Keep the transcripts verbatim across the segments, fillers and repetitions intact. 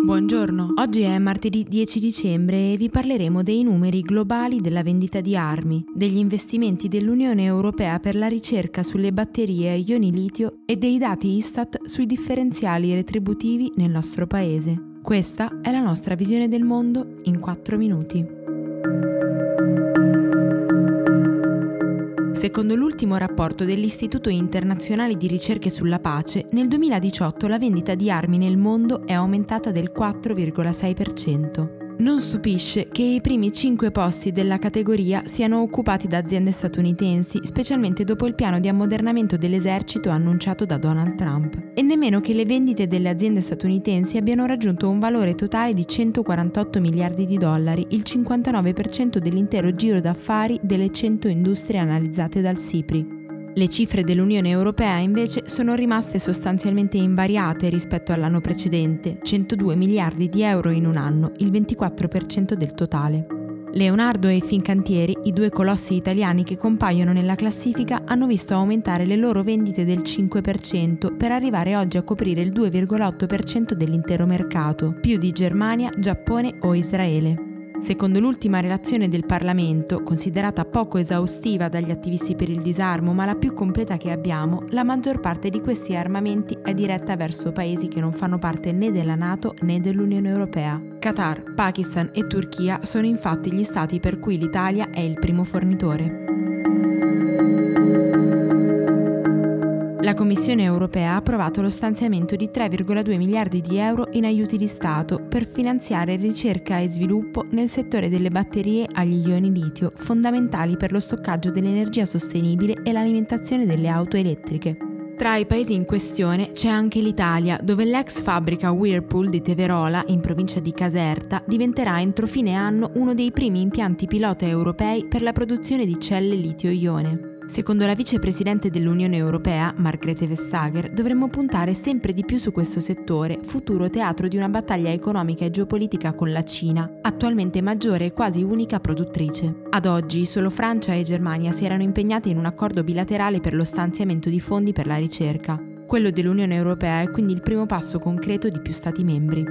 Buongiorno, oggi è martedì dieci dicembre e vi parleremo dei numeri globali della vendita di armi, degli investimenti dell'Unione Europea per la ricerca sulle batterie a ioni litio e dei dati Istat sui differenziali retributivi nel nostro paese. Questa è la nostra visione del mondo in quattro minuti. Secondo l'ultimo rapporto dell'Istituto Internazionale di Ricerche sulla Pace, nel duemiladiciotto la vendita di armi nel mondo è aumentata del quattro virgola sei per cento. Non stupisce che i primi cinque posti della categoria siano occupati da aziende statunitensi, specialmente dopo il piano di ammodernamento dell'esercito annunciato da Donald Trump. E nemmeno che le vendite delle aziende statunitensi abbiano raggiunto un valore totale di centoquarantotto miliardi di dollari, il cinquantanove per cento dell'intero giro d'affari delle cento industrie analizzate dal SIPRI. Le cifre dell'Unione Europea invece sono rimaste sostanzialmente invariate rispetto all'anno precedente, centodue miliardi di euro in un anno, il ventiquattro per cento del totale. Leonardo e Fincantieri, i due colossi italiani che compaiono nella classifica, hanno visto aumentare le loro vendite del cinque per cento per arrivare oggi a coprire il due virgola otto per cento dell'intero mercato, più di Germania, Giappone o Israele. Secondo l'ultima relazione del Parlamento, considerata poco esaustiva dagli attivisti per il disarmo ma la più completa che abbiamo, la maggior parte di questi armamenti è diretta verso paesi che non fanno parte né della NATO né dell'Unione Europea. Qatar, Pakistan e Turchia sono infatti gli stati per cui l'Italia è il primo fornitore. La Commissione Europea ha approvato lo stanziamento di tre virgola due miliardi di euro in aiuti di Stato per finanziare ricerca e sviluppo nel settore delle batterie agli ioni litio, fondamentali per lo stoccaggio dell'energia sostenibile e l'alimentazione delle auto elettriche. Tra i paesi in questione c'è anche l'Italia, dove l'ex fabbrica Whirlpool di Teverola, in provincia di Caserta, diventerà entro fine anno uno dei primi impianti pilota europei per la produzione di celle litio-ione. Secondo la vicepresidente dell'Unione Europea, Margrethe Vestager, dovremmo puntare sempre di più su questo settore, futuro teatro di una battaglia economica e geopolitica con la Cina, attualmente maggiore e quasi unica produttrice. Ad oggi solo Francia e Germania si erano impegnate in un accordo bilaterale per lo stanziamento di fondi per la ricerca. Quello dell'Unione Europea è quindi il primo passo concreto di più Stati membri.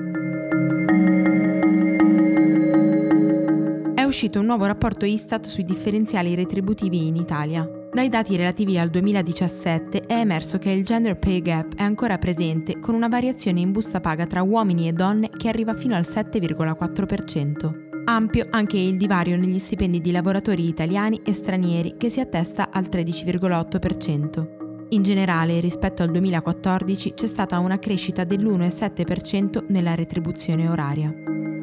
È uscito un nuovo rapporto Istat sui differenziali retributivi in Italia. Dai dati relativi al duemiladiciassette è emerso che il gender pay gap è ancora presente, con una variazione in busta paga tra uomini e donne che arriva fino al sette virgola quattro per cento. Ampio anche il divario negli stipendi di lavoratori italiani e stranieri, che si attesta al tredici virgola otto per cento. In generale, rispetto al duemilaquattordici c'è stata una crescita dell'uno virgola sette per cento nella retribuzione oraria.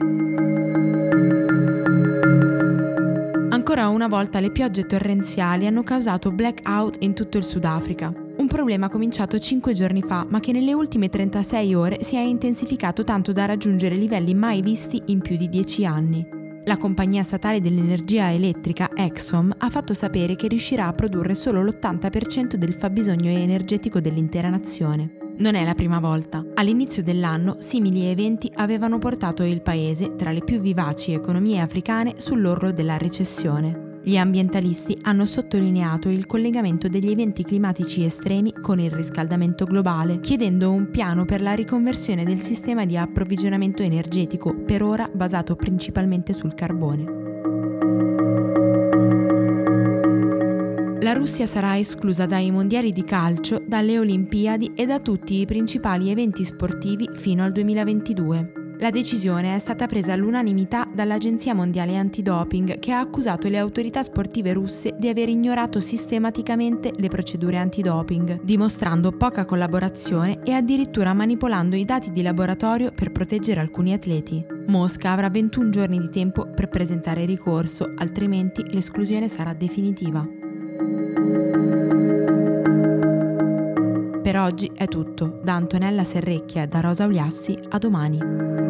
Ancora una volta le piogge torrenziali hanno causato blackout in tutto il Sudafrica. Un problema cominciato cinque giorni fa, ma che nelle ultime trentasei ore si è intensificato tanto da raggiungere livelli mai visti in più di dieci anni. La compagnia statale dell'energia elettrica, Exxon, ha fatto sapere che riuscirà a produrre solo l'ottanta per cento del fabbisogno energetico dell'intera nazione. Non è la prima volta. All'inizio dell'anno simili eventi avevano portato il paese, tra le più vivaci economie africane, sull'orlo della recessione. Gli ambientalisti hanno sottolineato il collegamento degli eventi climatici estremi con il riscaldamento globale, chiedendo un piano per la riconversione del sistema di approvvigionamento energetico, per ora basato principalmente sul carbone. La Russia sarà esclusa dai mondiali di calcio, dalle Olimpiadi e da tutti i principali eventi sportivi fino al duemilaventidue. La decisione è stata presa all'unanimità dall'Agenzia Mondiale Antidoping, che ha accusato le autorità sportive russe di aver ignorato sistematicamente le procedure antidoping, dimostrando poca collaborazione e addirittura manipolando i dati di laboratorio per proteggere alcuni atleti. Mosca avrà ventuno giorni di tempo per presentare ricorso, altrimenti l'esclusione sarà definitiva. Per oggi è tutto. Da Antonella Serrecchia e da Rosa Uliassi, a domani.